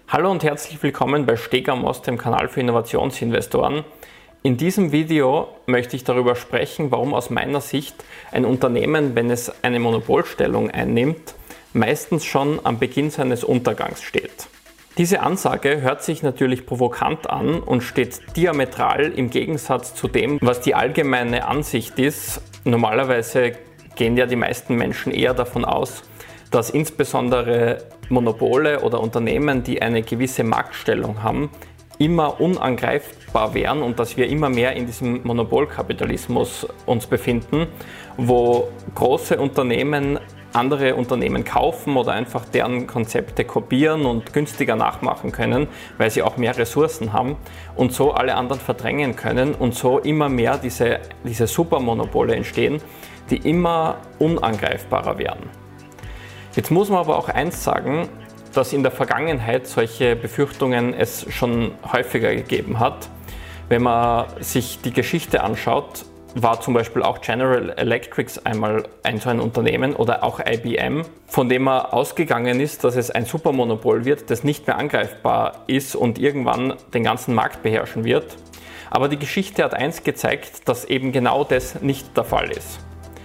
Hallo und herzlich willkommen bei Steg am Most, dem Kanal für Innovationsinvestoren. In diesem Video möchte ich darüber sprechen, warum aus meiner Sicht ein Unternehmen, wenn es eine Monopolstellung einnimmt, meistens schon am Beginn seines Untergangs steht. Diese Ansage hört sich natürlich provokant an und steht diametral im Gegensatz zu dem, was die allgemeine Ansicht ist. Normalerweise gehen ja die meisten Menschen eher davon aus, dass insbesondere Monopole oder Unternehmen, die eine gewisse Marktstellung haben, immer unangreifbar wären und dass wir immer mehr in diesem Monopolkapitalismus uns befinden, wo große Unternehmen andere Unternehmen kaufen oder einfach deren Konzepte kopieren und günstiger nachmachen können, weil sie auch mehr Ressourcen haben und so alle anderen verdrängen können und so immer mehr diese Supermonopole entstehen, die immer unangreifbarer werden. Jetzt muss man aber auch eins sagen, dass in der Vergangenheit solche Befürchtungen es schon häufiger gegeben hat. Wenn man sich die Geschichte anschaut, war zum Beispiel auch General Electric einmal so ein Unternehmen oder auch IBM, von dem man ausgegangen ist, dass es ein Supermonopol wird, das nicht mehr angreifbar ist und irgendwann den ganzen Markt beherrschen wird. Aber die Geschichte hat eins gezeigt, dass eben genau das nicht der Fall ist.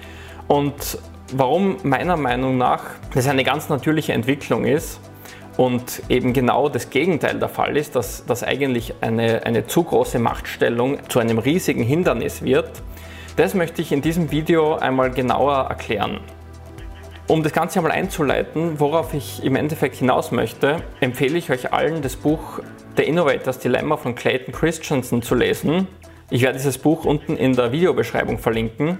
Und warum meiner Meinung nach das eine ganz natürliche Entwicklung ist und eben genau das Gegenteil der Fall ist, dass eigentlich eine zu große Machtstellung zu einem riesigen Hindernis wird, das möchte ich in diesem Video einmal genauer erklären. Um das Ganze einmal einzuleiten, worauf ich im Endeffekt hinaus möchte, empfehle ich euch allen, das Buch The Innovator's Dilemma von Clayton Christensen zu lesen. Ich werde dieses Buch unten in der Videobeschreibung verlinken.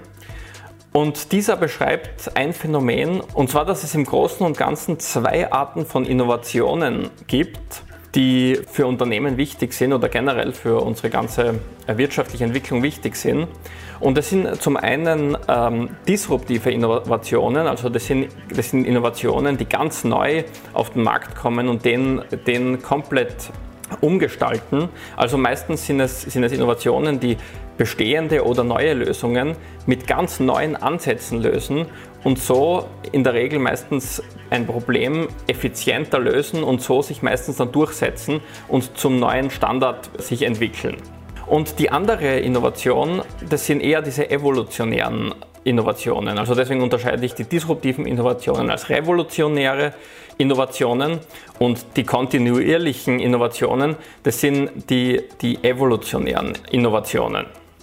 Und dieser beschreibt ein Phänomen, und zwar, dass es im Großen und Ganzen zwei Arten von Innovationen gibt, die für Unternehmen wichtig sind oder generell für unsere ganze wirtschaftliche Entwicklung wichtig sind. Und das sind zum einen disruptive Innovationen, also das sind Innovationen, die ganz neu auf den Markt kommen und den komplett umgestalten. Also meistens sind es Innovationen, die bestehende oder neue Lösungen mit ganz neuen Ansätzen lösen und so in der Regel meistens ein Problem effizienter lösen und so sich meistens dann durchsetzen und zum neuen Standard sich entwickeln. Und die andere Innovation, das sind eher diese evolutionären Innovationen. Also deswegen unterscheide ich die disruptiven Innovationen als revolutionäre Innovationen und die kontinuierlichen Innovationen, das sind die evolutionären Innovationen.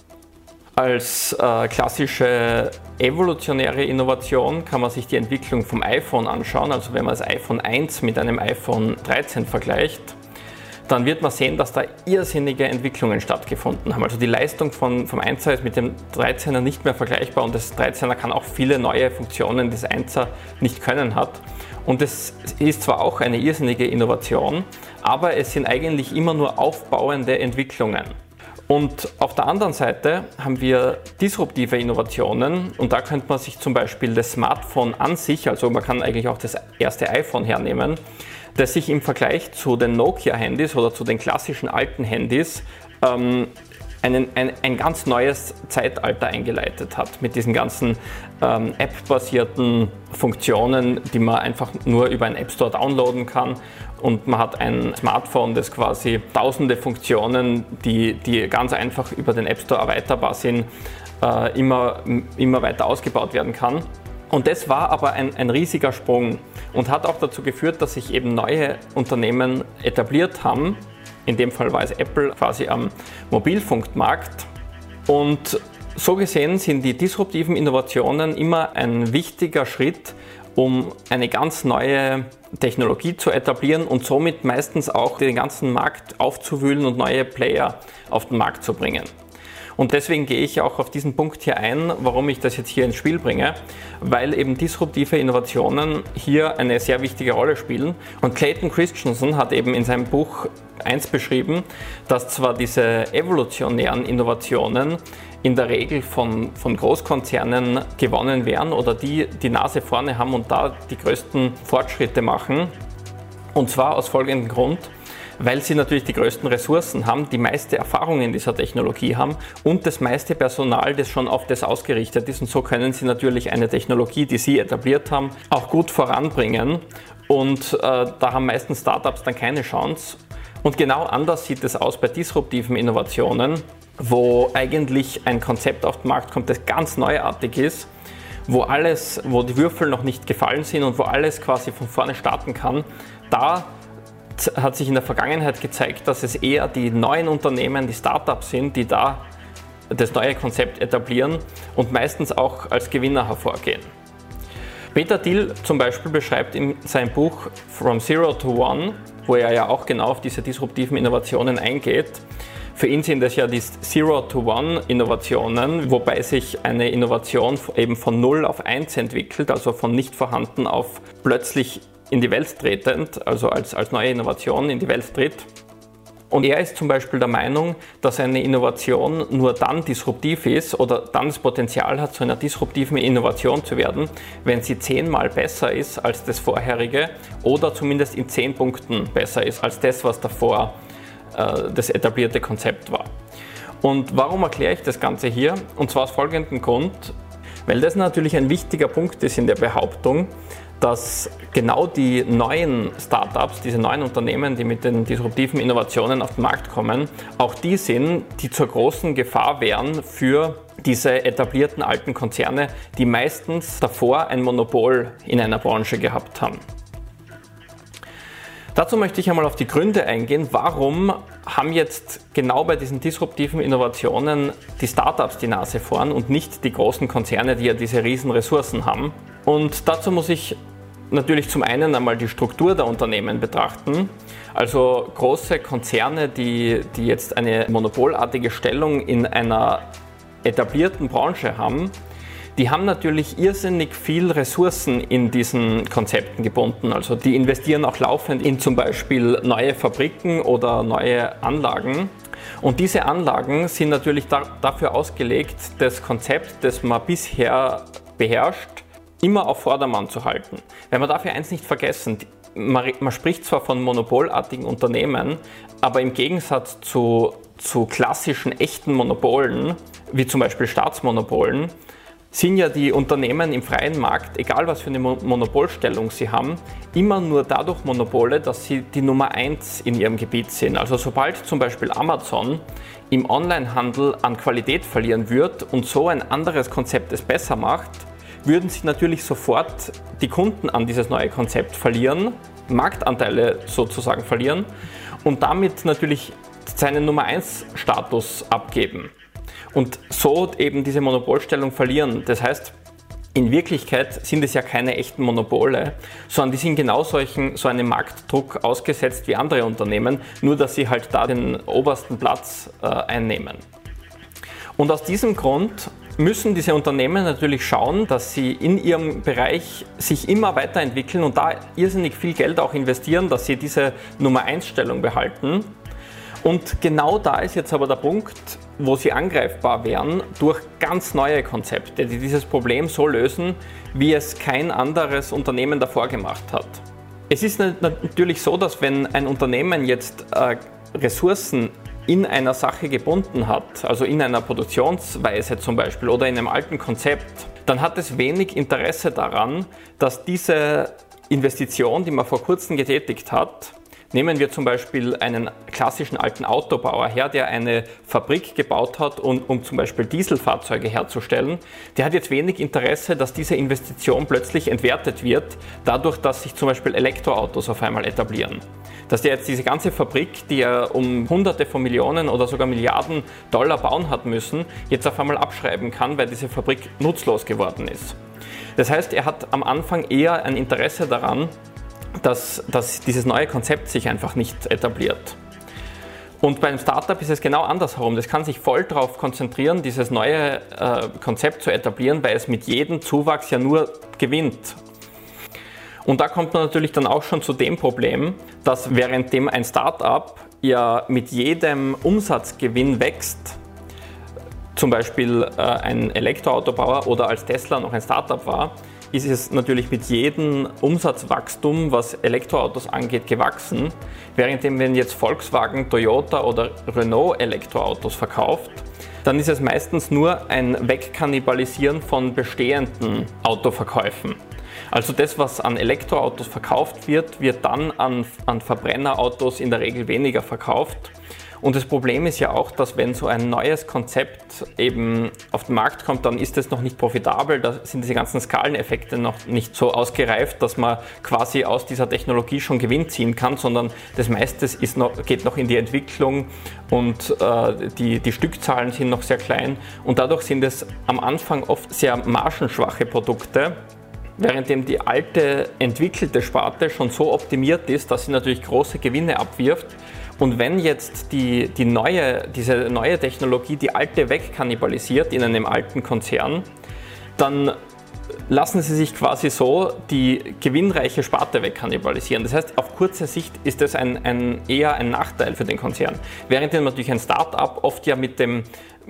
Als klassische evolutionäre Innovation kann man sich die Entwicklung vom iPhone anschauen. Also wenn man das iPhone 1 mit einem iPhone 13 vergleicht, dann wird man sehen, dass da irrsinnige Entwicklungen stattgefunden haben. Also die Leistung vom 1er ist mit dem 13er nicht mehr vergleichbar und das 13er kann auch viele neue Funktionen, die das 1er nicht können hat. Und es ist zwar auch eine irrsinnige Innovation, aber es sind eigentlich immer nur aufbauende Entwicklungen. Und auf der anderen Seite haben wir disruptive Innovationen und da könnte man sich zum Beispiel das Smartphone an sich, also man kann eigentlich auch das erste iPhone hernehmen, das sich im Vergleich zu den Nokia-Handys oder zu den klassischen alten Handys ein ganz neues Zeitalter eingeleitet hat mit diesen ganzen App-basierten Funktionen, die man einfach nur über einen App Store downloaden kann. Und man hat ein Smartphone, das quasi tausende Funktionen, die ganz einfach über den App Store erweiterbar sind, immer weiter ausgebaut werden kann. Und das war aber ein riesiger Sprung und hat auch dazu geführt, dass sich eben neue Unternehmen etabliert haben. In dem Fall war es Apple quasi am Mobilfunkmarkt. Und so gesehen sind die disruptiven Innovationen immer ein wichtiger Schritt, um eine ganz neue Technologie zu etablieren und somit meistens auch den ganzen Markt aufzuwühlen und neue Player auf den Markt zu bringen. Und deswegen gehe ich auch auf diesen Punkt hier ein, warum ich das jetzt hier ins Spiel bringe, weil eben disruptive Innovationen hier eine sehr wichtige Rolle spielen. Und Clayton Christensen hat eben in seinem Buch 1 beschrieben, dass zwar diese evolutionären Innovationen in der Regel von Großkonzernen gewonnen werden oder die Nase vorne haben und da die größten Fortschritte machen. Und zwar aus folgendem Grund, weil sie natürlich die größten Ressourcen haben, die meiste Erfahrung in dieser Technologie haben und das meiste Personal, das schon auf das ausgerichtet ist. Und so können sie natürlich eine Technologie, die sie etabliert haben, auch gut voranbringen. Und da haben meistens Startups dann keine Chance. Und genau anders sieht es aus bei disruptiven Innovationen, wo eigentlich ein Konzept auf den Markt kommt, das ganz neuartig ist, wo die Würfel noch nicht gefallen sind und wo alles quasi von vorne starten kann. Da hat sich in der Vergangenheit gezeigt, dass es eher die neuen Unternehmen, die Startups sind, die da das neue Konzept etablieren und meistens auch als Gewinner hervorgehen. Peter Thiel zum Beispiel beschreibt in seinem Buch From Zero to One, wo er ja auch genau auf diese disruptiven Innovationen eingeht. Für ihn sind das ja die Zero-to-One-Innovationen, wobei sich eine Innovation eben von 0 auf 1 entwickelt, also von nicht vorhanden auf plötzlich in die Welt tretend, also als neue Innovation in die Welt tritt. Und er ist zum Beispiel der Meinung, dass eine Innovation nur dann disruptiv ist oder dann das Potenzial hat, zu einer disruptiven Innovation zu werden, wenn sie 10-mal besser ist als das vorherige oder zumindest in 10 Punkten besser ist als das, was davor das etablierte Konzept war. Und warum erkläre ich das Ganze hier? Und zwar aus folgendem Grund, weil das natürlich ein wichtiger Punkt ist in der Behauptung, dass genau die neuen Startups, diese neuen Unternehmen, die mit den disruptiven Innovationen auf den Markt kommen, auch die sind, die zur großen Gefahr wären für diese etablierten alten Konzerne, die meistens davor ein Monopol in einer Branche gehabt haben. Dazu möchte ich einmal auf die Gründe eingehen, warum haben jetzt genau bei diesen disruptiven Innovationen die Startups die Nase vorn und nicht die großen Konzerne, die ja diese riesen Ressourcen haben. Und dazu muss ich natürlich zum einen einmal die Struktur der Unternehmen betrachten. Also große Konzerne, die jetzt eine monopolartige Stellung in einer etablierten Branche haben, die haben natürlich irrsinnig viel Ressourcen in diesen Konzepten gebunden. Also die investieren auch laufend in zum Beispiel neue Fabriken oder neue Anlagen. Und diese Anlagen sind natürlich dafür ausgelegt, das Konzept, das man bisher beherrscht, immer auf Vordermann zu halten. Weil man darf ja eins nicht vergessen, man spricht zwar von monopolartigen Unternehmen, aber im Gegensatz zu klassischen echten Monopolen, wie zum Beispiel Staatsmonopolen, sind ja die Unternehmen im freien Markt, egal was für eine Monopolstellung sie haben, immer nur dadurch Monopole, dass sie die Nummer 1 in ihrem Gebiet sind. Also sobald zum Beispiel Amazon im Onlinehandel an Qualität verlieren wird und so ein anderes Konzept es besser macht, würden sie natürlich sofort die Kunden an dieses neue Konzept verlieren, Marktanteile sozusagen verlieren und damit natürlich seinen Nummer 1 Status abgeben. Und so eben diese Monopolstellung verlieren. Das heißt, in Wirklichkeit sind es ja keine echten Monopole, sondern die sind genau so einem Marktdruck ausgesetzt wie andere Unternehmen, nur dass sie halt da den obersten Platz einnehmen. Und aus diesem Grund müssen diese Unternehmen natürlich schauen, dass sie in ihrem Bereich sich immer weiterentwickeln und da irrsinnig viel Geld auch investieren, dass sie diese Nummer 1 Stellung behalten. Und genau da ist jetzt aber der Punkt, wo sie angreifbar wären durch ganz neue Konzepte, die dieses Problem so lösen, wie es kein anderes Unternehmen davor gemacht hat. Es ist natürlich so, dass wenn ein Unternehmen jetzt Ressourcen in einer Sache gebunden hat, also in einer Produktionsweise zum Beispiel oder in einem alten Konzept, dann hat es wenig Interesse daran, dass diese Investition, die man vor kurzem getätigt hat, nehmen wir zum Beispiel einen klassischen alten Autobauer her, der eine Fabrik gebaut hat, um zum Beispiel Dieselfahrzeuge herzustellen. Der hat jetzt wenig Interesse, dass diese Investition plötzlich entwertet wird, dadurch, dass sich zum Beispiel Elektroautos auf einmal etablieren. Dass der jetzt diese ganze Fabrik, die er um Hunderte von Millionen oder sogar Milliarden $, bauen hat müssen, jetzt auf einmal abschreiben kann, weil diese Fabrik nutzlos geworden ist. Das heißt, er hat am Anfang eher ein Interesse daran, dass dieses neue Konzept sich einfach nicht etabliert. Und beim Startup ist es genau andersherum. Das kann sich voll darauf konzentrieren, dieses neue Konzept zu etablieren, weil es mit jedem Zuwachs ja nur gewinnt. Und da kommt man natürlich dann auch schon zu dem Problem, dass währenddem ein Startup ja mit jedem Umsatzgewinn wächst, zum Beispiel ein Elektroautobauer oder als Tesla noch ein Startup war, ist es natürlich mit jedem Umsatzwachstum, was Elektroautos angeht, gewachsen. Währenddem, wenn jetzt Volkswagen, Toyota oder Renault Elektroautos verkauft, dann ist es meistens nur ein Wegkannibalisieren von bestehenden Autoverkäufen. Also das, was an Elektroautos verkauft wird, wird dann an Verbrennerautos in der Regel weniger verkauft. Und das Problem ist ja auch, dass wenn so ein neues Konzept eben auf den Markt kommt, dann ist es noch nicht profitabel, da sind diese ganzen Skaleneffekte noch nicht so ausgereift, dass man quasi aus dieser Technologie schon Gewinn ziehen kann, sondern das meiste geht noch in die Entwicklung und die Stückzahlen sind noch sehr klein und dadurch sind es am Anfang oft sehr margenschwache Produkte, währenddem die alte entwickelte Sparte schon so optimiert ist, dass sie natürlich große Gewinne abwirft. Und wenn jetzt diese neue Technologie die alte wegkannibalisiert in einem alten Konzern, dann lassen sie sich quasi so die gewinnreiche Sparte wegkannibalisieren. Das heißt, auf kurze Sicht ist das eher ein Nachteil für den Konzern. Währenddem natürlich ein Start-up oft ja mit dem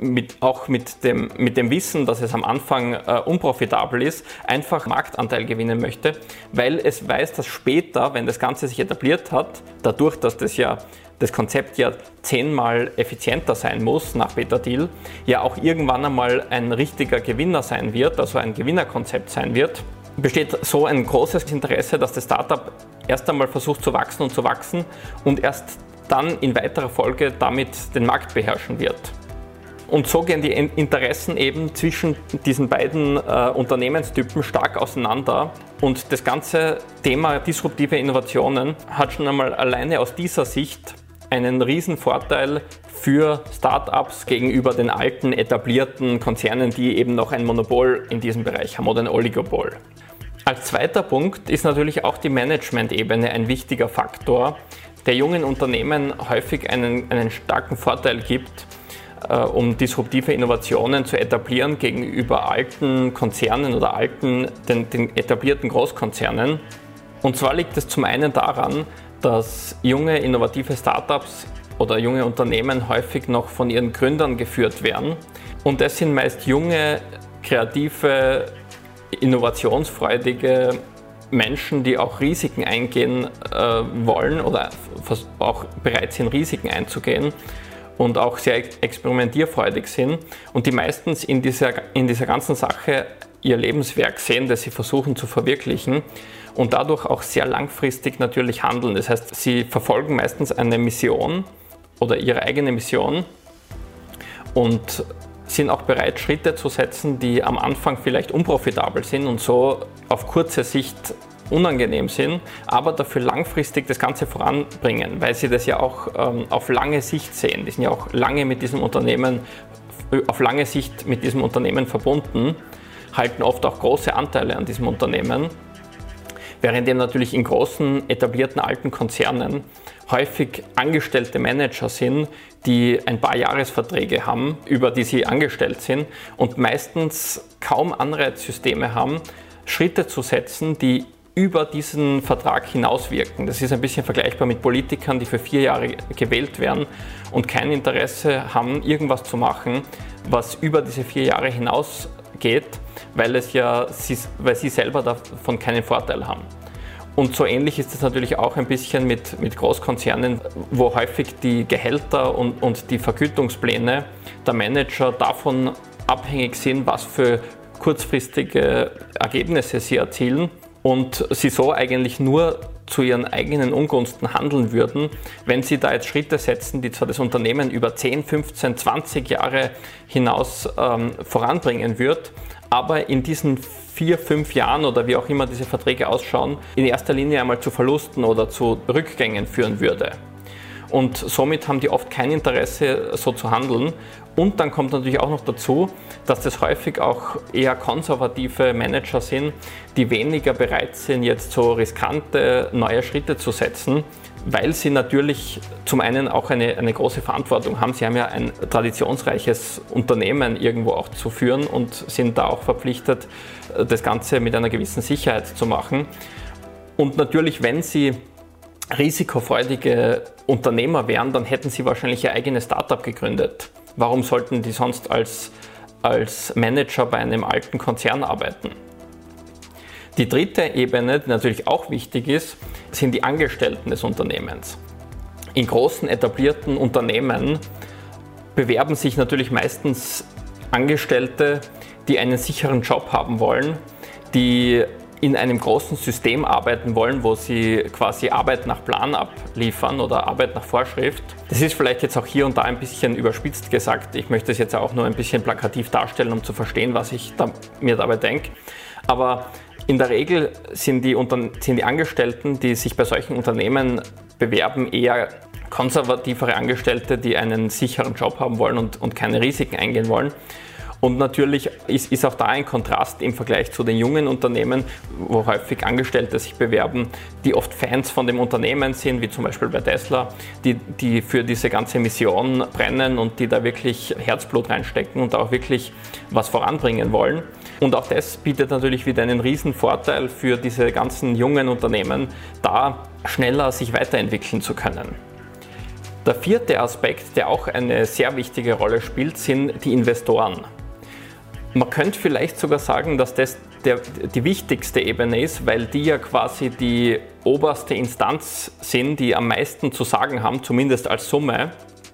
Wissen, dass es am Anfang unprofitabel ist, einfach Marktanteil gewinnen möchte, weil es weiß, dass später, wenn das Ganze sich etabliert hat, dadurch, dass das Konzept ja 10-mal effizienter sein muss nach Beta Deal, ja auch irgendwann einmal ein richtiger Gewinner sein wird, also ein Gewinnerkonzept sein wird, besteht so ein großes Interesse, dass das Startup erst einmal versucht zu wachsen und erst dann in weiterer Folge damit den Markt beherrschen wird. Und so gehen die Interessen eben zwischen diesen beiden Unternehmenstypen stark auseinander. Und das ganze Thema disruptive Innovationen hat schon einmal alleine aus dieser Sicht einen riesen Vorteil für Startups gegenüber den alten etablierten Konzernen, die eben noch ein Monopol in diesem Bereich haben oder ein Oligopol. Als zweiter Punkt ist natürlich auch die Management-Ebene ein wichtiger Faktor, der jungen Unternehmen häufig einen starken Vorteil gibt, um disruptive Innovationen zu etablieren gegenüber alten Konzernen oder den etablierten Großkonzernen. Und zwar liegt es zum einen daran, dass junge innovative Startups oder junge Unternehmen häufig noch von ihren Gründern geführt werden. Und das sind meist junge, kreative, innovationsfreudige Menschen, die auch Risiken eingehen wollen oder auch bereit sind, Risiken einzugehen und auch sehr experimentierfreudig sind und die meistens in dieser ganzen Sache ihr Lebenswerk sehen, das sie versuchen zu verwirklichen und dadurch auch sehr langfristig natürlich handeln. Das heißt, sie verfolgen meistens eine Mission oder ihre eigene Mission und sind auch bereit, Schritte zu setzen, die am Anfang vielleicht unprofitabel sind und so auf kurze Sicht unangenehm sind, aber dafür langfristig das Ganze voranbringen, weil sie das ja auch auf lange Sicht sehen. Die sind ja auch auf lange Sicht mit diesem Unternehmen verbunden, halten oft auch große Anteile an diesem Unternehmen, währenddem natürlich in großen, etablierten alten Konzernen häufig angestellte Manager sind, die ein paar Jahresverträge haben, über die sie angestellt sind und meistens kaum Anreizsysteme haben, Schritte zu setzen, die über diesen Vertrag hinauswirken. Das ist ein bisschen vergleichbar mit Politikern, die für 4 Jahre gewählt werden und kein Interesse haben, irgendwas zu machen, was über diese 4 Jahre hinausgeht, weil sie selber davon keinen Vorteil haben. Und so ähnlich ist es natürlich auch ein bisschen mit Großkonzernen, wo häufig die Gehälter und die Vergütungspläne der Manager davon abhängig sind, was für kurzfristige Ergebnisse sie erzielen und sie so eigentlich nur zu ihren eigenen Ungunsten handeln würden, wenn sie da jetzt Schritte setzen, die zwar das Unternehmen über 10, 15, 20 Jahre hinaus voranbringen wird, aber in diesen 4, 5 Jahren oder wie auch immer diese Verträge ausschauen, in erster Linie einmal zu Verlusten oder zu Rückgängen führen würde. Und somit haben die oft kein Interesse, so zu handeln. Und dann kommt natürlich auch noch dazu, dass das häufig auch eher konservative Manager sind, die weniger bereit sind, jetzt so riskante neue Schritte zu setzen, weil sie natürlich zum einen auch eine große Verantwortung haben. Sie haben ja ein traditionsreiches Unternehmen irgendwo auch zu führen und sind da auch verpflichtet, das Ganze mit einer gewissen Sicherheit zu machen. Und natürlich, wenn sie risikofreudige Unternehmer wären, dann hätten sie wahrscheinlich ihr eigenes Startup gegründet. Warum sollten die sonst als Manager bei einem alten Konzern arbeiten? Die dritte Ebene, die natürlich auch wichtig ist, sind die Angestellten des Unternehmens. In großen etablierten Unternehmen bewerben sich natürlich meistens Angestellte, die einen sicheren Job haben wollen, die in einem großen System arbeiten wollen, wo sie quasi Arbeit nach Plan abliefern oder Arbeit nach Vorschrift. Das ist vielleicht jetzt auch hier und da ein bisschen überspitzt gesagt. Ich möchte es jetzt auch nur ein bisschen plakativ darstellen, um zu verstehen, was ich mir dabei denke. Aber in der Regel sind die Angestellten, die sich bei solchen Unternehmen bewerben, eher konservativere Angestellte, die einen sicheren Job haben wollen und keine Risiken eingehen wollen. Und natürlich ist auch da ein Kontrast im Vergleich zu den jungen Unternehmen, wo häufig Angestellte sich bewerben, die oft Fans von dem Unternehmen sind, wie zum Beispiel bei Tesla, die für diese ganze Mission brennen und die da wirklich Herzblut reinstecken und auch wirklich was voranbringen wollen. Und auch das bietet natürlich wieder einen riesen Vorteil für diese ganzen jungen Unternehmen, da schneller sich weiterentwickeln zu können. Der vierte Aspekt, der auch eine sehr wichtige Rolle spielt, sind die Investoren. Man könnte vielleicht sogar sagen, dass das die wichtigste Ebene ist, weil die ja quasi die oberste Instanz sind, die am meisten zu sagen haben, zumindest als Summe.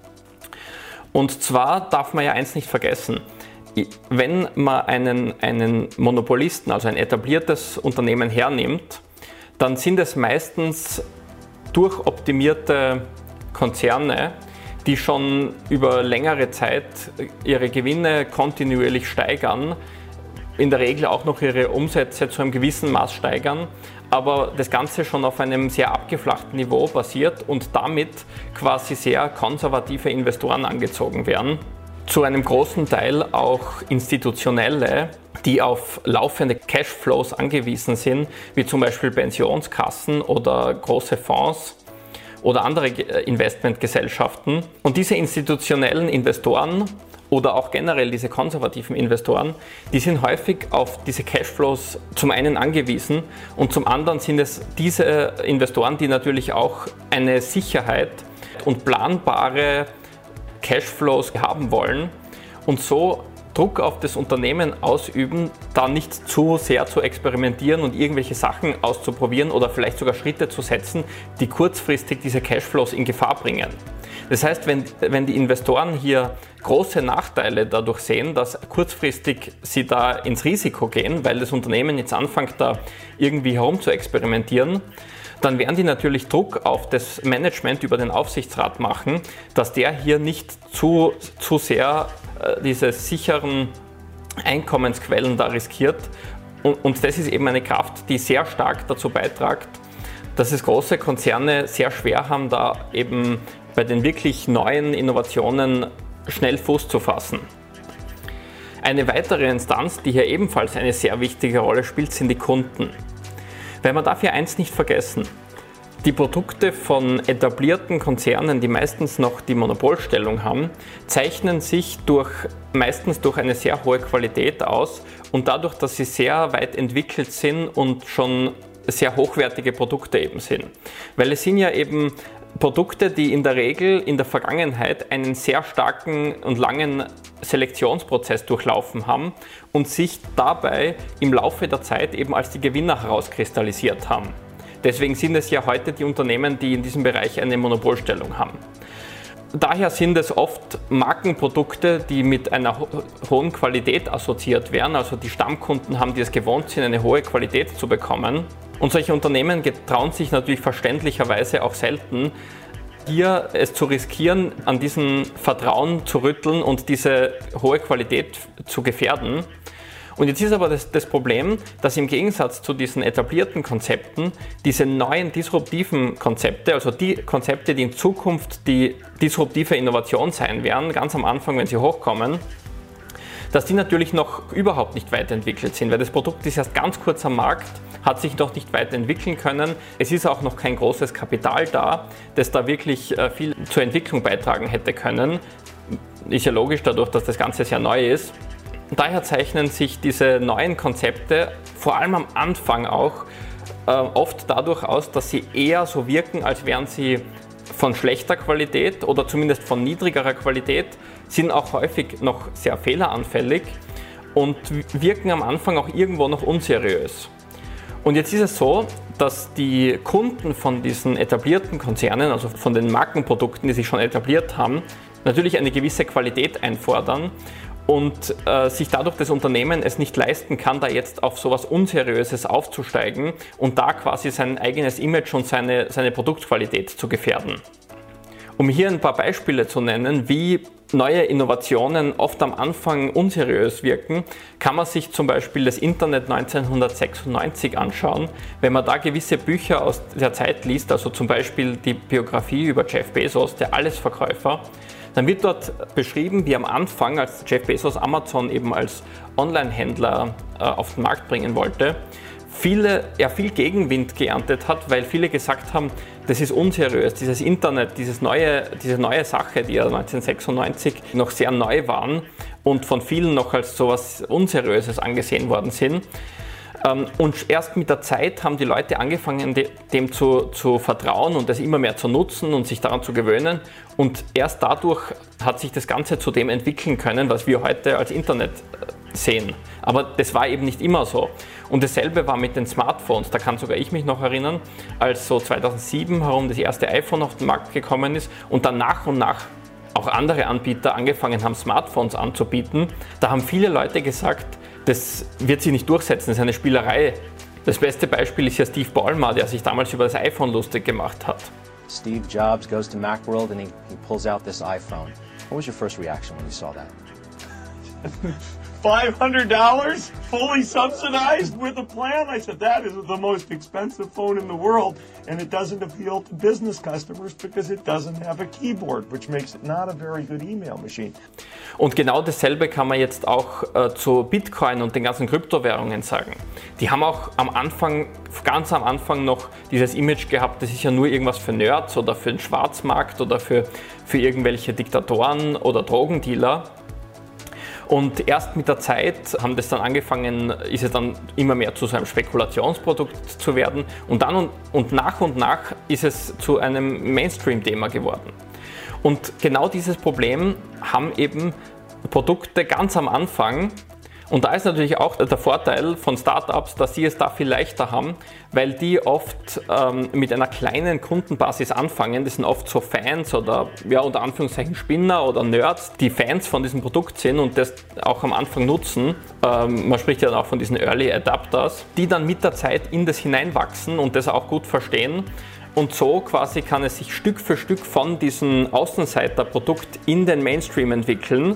Und zwar darf man ja eins nicht vergessen: Wenn man einen Monopolisten, also ein etabliertes Unternehmen hernimmt, dann sind es meistens durchoptimierte Konzerne, die schon über längere Zeit ihre Gewinne kontinuierlich steigern, in der Regel auch noch ihre Umsätze zu einem gewissen Maß steigern, aber das Ganze schon auf einem sehr abgeflachten Niveau basiert und damit quasi sehr konservative Investoren angezogen werden. Zu einem großen Teil auch institutionelle, die auf laufende Cashflows angewiesen sind, wie zum Beispiel Pensionskassen oder große Fonds oder andere Investmentgesellschaften. Und diese institutionellen Investoren oder auch generell diese konservativen Investoren, die sind häufig auf diese Cashflows zum einen angewiesen und zum anderen sind es diese Investoren, die natürlich auch eine Sicherheit und planbare Cashflows haben wollen und so Druck auf das Unternehmen ausüben, da nicht zu sehr zu experimentieren und irgendwelche Sachen auszuprobieren oder vielleicht sogar Schritte zu setzen, die kurzfristig diese Cashflows in Gefahr bringen. Das heißt, wenn die Investoren hier große Nachteile dadurch sehen, dass kurzfristig sie da ins Risiko gehen, weil das Unternehmen jetzt anfängt, da irgendwie herum zu experimentieren, dann werden die natürlich Druck auf das Management über den Aufsichtsrat machen, dass der hier nicht zu sehr diese sicheren Einkommensquellen da riskiert. Und das ist eben eine Kraft, die sehr stark dazu beiträgt, dass es große Konzerne sehr schwer haben, da eben bei den wirklich neuen Innovationen schnell Fuß zu fassen. Eine weitere Instanz, die hier ebenfalls eine sehr wichtige Rolle spielt, sind die Kunden. Weil man darf hier eins nicht vergessen: Die Produkte von etablierten Konzernen, die meistens noch die Monopolstellung haben, zeichnen sich meistens durch eine sehr hohe Qualität aus und dadurch, dass sie sehr weit entwickelt sind und schon sehr hochwertige Produkte eben sind. Weil es sind ja eben Produkte, die in der Regel in der Vergangenheit einen sehr starken und langen Selektionsprozess durchlaufen haben und sich dabei im Laufe der Zeit eben als die Gewinner herauskristallisiert haben. Deswegen sind es ja heute die Unternehmen, die in diesem Bereich eine Monopolstellung haben. Daher sind es oft Markenprodukte, die mit einer hohen Qualität assoziiert werden. Also die Stammkunden haben, die es gewohnt sind, eine hohe Qualität zu bekommen. Und solche Unternehmen getrauen sich natürlich verständlicherweise auch selten, hier es zu riskieren, an diesem Vertrauen zu rütteln und diese hohe Qualität zu gefährden. Und jetzt ist aber das Problem, dass im Gegensatz zu diesen etablierten Konzepten diese neuen disruptiven Konzepte, also die Konzepte, die in Zukunft die disruptive Innovation sein werden, ganz am Anfang, wenn sie hochkommen, dass die natürlich noch überhaupt nicht weiterentwickelt sind, weil das Produkt ist erst ganz kurz am Markt, hat sich noch nicht weiterentwickeln können. Es ist auch noch kein großes Kapital da, das da wirklich viel zur Entwicklung beitragen hätte können. Ist ja logisch dadurch, dass das Ganze sehr neu ist. Daher zeichnen sich diese neuen Konzepte vor allem am Anfang auch oft dadurch aus, dass sie eher so wirken, als wären sie von schlechter Qualität oder zumindest von niedrigerer Qualität, sind auch häufig noch sehr fehleranfällig und wirken am Anfang auch irgendwo noch unseriös. Und jetzt ist es so, dass die Kunden von diesen etablierten Konzernen, also von den Markenprodukten, die sich schon etabliert haben, natürlich eine gewisse Qualität einfordern und sich dadurch das Unternehmen es nicht leisten kann, da jetzt auf sowas Unseriöses aufzusteigen und da quasi sein eigenes Image und seine Produktqualität zu gefährden. Um hier ein paar Beispiele zu nennen, wie neue Innovationen oft am Anfang unseriös wirken, kann man sich zum Beispiel das Internet 1996 anschauen. Wenn man da gewisse Bücher aus der Zeit liest, also zum Beispiel die Biografie über Jeff Bezos, der Allesverkäufer, dann wird dort beschrieben, wie am Anfang, als Jeff Bezos Amazon eben als Online-Händler auf den Markt bringen wollte, viel Gegenwind geerntet hat, weil viele gesagt haben, das ist unseriös, dieses Internet, diese neue Sache, die ja 1996 noch sehr neu waren und von vielen noch als so etwas Unseriöses angesehen worden sind. Und erst mit der Zeit haben die Leute angefangen, dem zu vertrauen und das immer mehr zu nutzen und sich daran zu gewöhnen. Und erst dadurch hat sich das Ganze zu dem entwickeln können, was wir heute als Internet sehen. Aber das war eben nicht immer so. Und dasselbe war mit den Smartphones. Da kann sogar ich mich noch erinnern, als so 2007 herum das erste iPhone auf den Markt gekommen ist und dann nach und nach auch andere Anbieter angefangen haben, Smartphones anzubieten. Da haben viele Leute gesagt, das wird sich nicht durchsetzen, das ist eine Spielerei. Das beste Beispiel ist ja Steve Ballmer, der sich damals über das iPhone lustig gemacht hat. Steve Jobs goes to Macworld and he pulls out this iPhone. What was your first reaction when you saw that? $500 fully subsidized with a plan? I said, that is the most expensive phone in the world, and it doesn't appeal to business customers because it doesn't have a keyboard, which makes it not a very good email machine. Und genau dasselbe kann man jetzt auch zu Bitcoin und den ganzen Kryptowährungen sagen. Die haben auch ganz am Anfang noch dieses Image gehabt, das ist ja nur irgendwas für Nerds oder für den Schwarzmarkt oder für irgendwelche Diktatoren oder Drogendealer. Und erst mit der Zeit haben das dann angefangen, ist es dann immer mehr zu so einem Spekulationsprodukt zu werden und nach ist es zu einem Mainstream-Thema geworden. Und genau dieses Problem haben eben Produkte ganz am Anfang. Und da ist natürlich auch der Vorteil von Startups, dass sie es da viel leichter haben, weil die oft mit einer kleinen Kundenbasis anfangen. Das sind oft so Fans oder unter Anführungszeichen Spinner oder Nerds, die Fans von diesem Produkt sind und das auch am Anfang nutzen. Man spricht ja dann auch von diesen Early Adapters, die dann mit der Zeit in das hineinwachsen und das auch gut verstehen. Und so quasi kann es sich Stück für Stück von diesem Außenseiterprodukt in den Mainstream entwickeln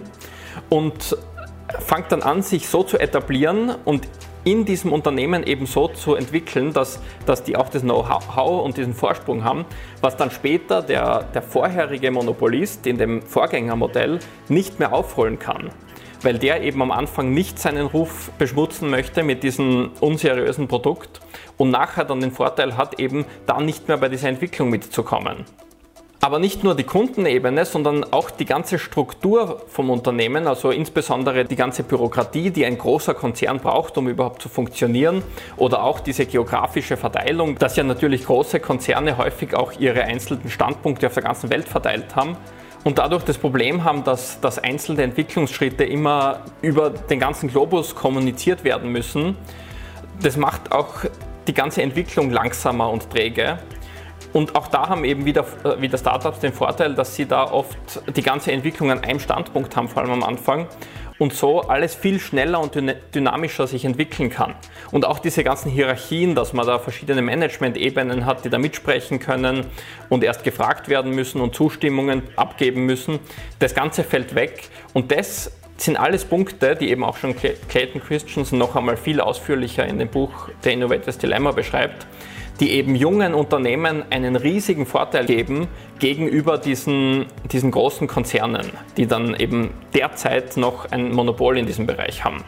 und fängt dann an, sich so zu etablieren und in diesem Unternehmen eben so zu entwickeln, dass die auch das Know-how und diesen Vorsprung haben, was dann später der vorherige Monopolist in dem Vorgängermodell nicht mehr aufholen kann, weil der eben am Anfang nicht seinen Ruf beschmutzen möchte mit diesem unseriösen Produkt und nachher dann den Vorteil hat, eben da nicht mehr bei dieser Entwicklung mitzukommen. Aber nicht nur die Kundenebene, sondern auch die ganze Struktur vom Unternehmen, also insbesondere die ganze Bürokratie, die ein großer Konzern braucht, um überhaupt zu funktionieren, oder auch diese geografische Verteilung, dass ja natürlich große Konzerne häufig auch ihre einzelnen Standpunkte auf der ganzen Welt verteilt haben und dadurch das Problem haben, dass einzelne Entwicklungsschritte immer über den ganzen Globus kommuniziert werden müssen. Das macht auch die ganze Entwicklung langsamer und träge. Und auch da haben eben wieder Startups den Vorteil, dass sie da oft die ganze Entwicklung an einem Standpunkt haben, vor allem am Anfang, und so alles viel schneller und dynamischer sich entwickeln kann. Und auch diese ganzen Hierarchien, dass man da verschiedene Management-Ebenen hat, die da mitsprechen können und erst gefragt werden müssen und Zustimmungen abgeben müssen, das Ganze fällt weg. Und das sind alles Punkte, die eben auch schon Clayton Christensen noch einmal viel ausführlicher in dem Buch The Innovator's Dilemma beschreibt, die eben jungen Unternehmen einen riesigen Vorteil geben gegenüber diesen großen Konzernen, die dann eben derzeit noch ein Monopol in diesem Bereich haben.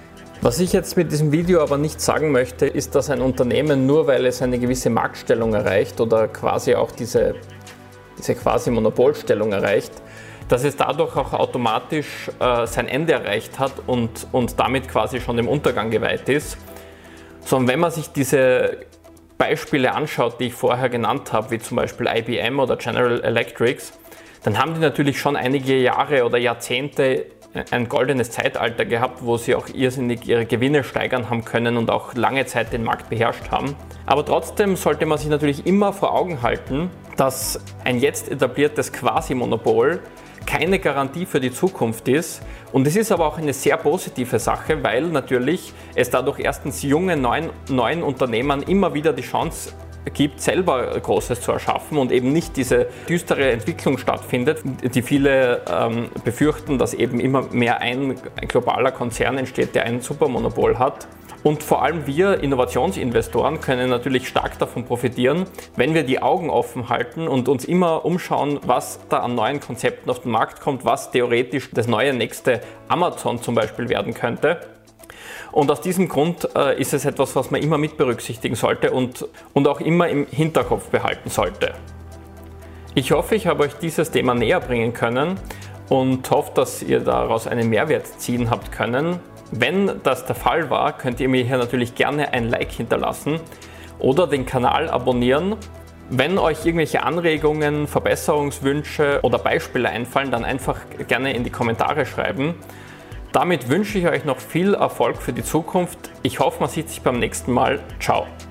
Was ich jetzt mit diesem Video aber nicht sagen möchte, ist, dass ein Unternehmen, nur weil es eine gewisse Marktstellung erreicht oder quasi auch diese quasi Monopolstellung erreicht, dass es dadurch auch automatisch sein Ende erreicht hat und damit quasi schon dem Untergang geweiht ist. Sondern wenn man sich diese Beispiele anschaut, die ich vorher genannt habe, wie zum Beispiel IBM oder General Electric, dann haben die natürlich schon einige Jahre oder Jahrzehnte ein goldenes Zeitalter gehabt, wo sie auch irrsinnig ihre Gewinne steigern haben können und auch lange Zeit den Markt beherrscht haben. Aber trotzdem sollte man sich natürlich immer vor Augen halten, dass ein jetzt etabliertes Quasi-Monopol keine Garantie für die Zukunft ist. Und es ist aber auch eine sehr positive Sache, weil natürlich es dadurch erstens jungen, neuen Unternehmern immer wieder die Chance gibt, selber Großes zu erschaffen und eben nicht diese düstere Entwicklung stattfindet, die viele befürchten, dass eben immer mehr ein globaler Konzern entsteht, der ein Supermonopol hat. Und vor allem wir Innovationsinvestoren können natürlich stark davon profitieren, wenn wir die Augen offen halten und uns immer umschauen, was da an neuen Konzepten auf den Markt kommt, was theoretisch das neue nächste Amazon zum Beispiel werden könnte. Und aus diesem Grund ist es etwas, was man immer mit berücksichtigen sollte und auch immer im Hinterkopf behalten sollte. Ich hoffe, ich habe euch dieses Thema näher bringen können und hoffe, dass ihr daraus einen Mehrwert ziehen habt können. Wenn das der Fall war, könnt ihr mir hier natürlich gerne ein Like hinterlassen oder den Kanal abonnieren. Wenn euch irgendwelche Anregungen, Verbesserungswünsche oder Beispiele einfallen, dann einfach gerne in die Kommentare schreiben. Damit wünsche ich euch noch viel Erfolg für die Zukunft. Ich hoffe, man sieht sich beim nächsten Mal. Ciao!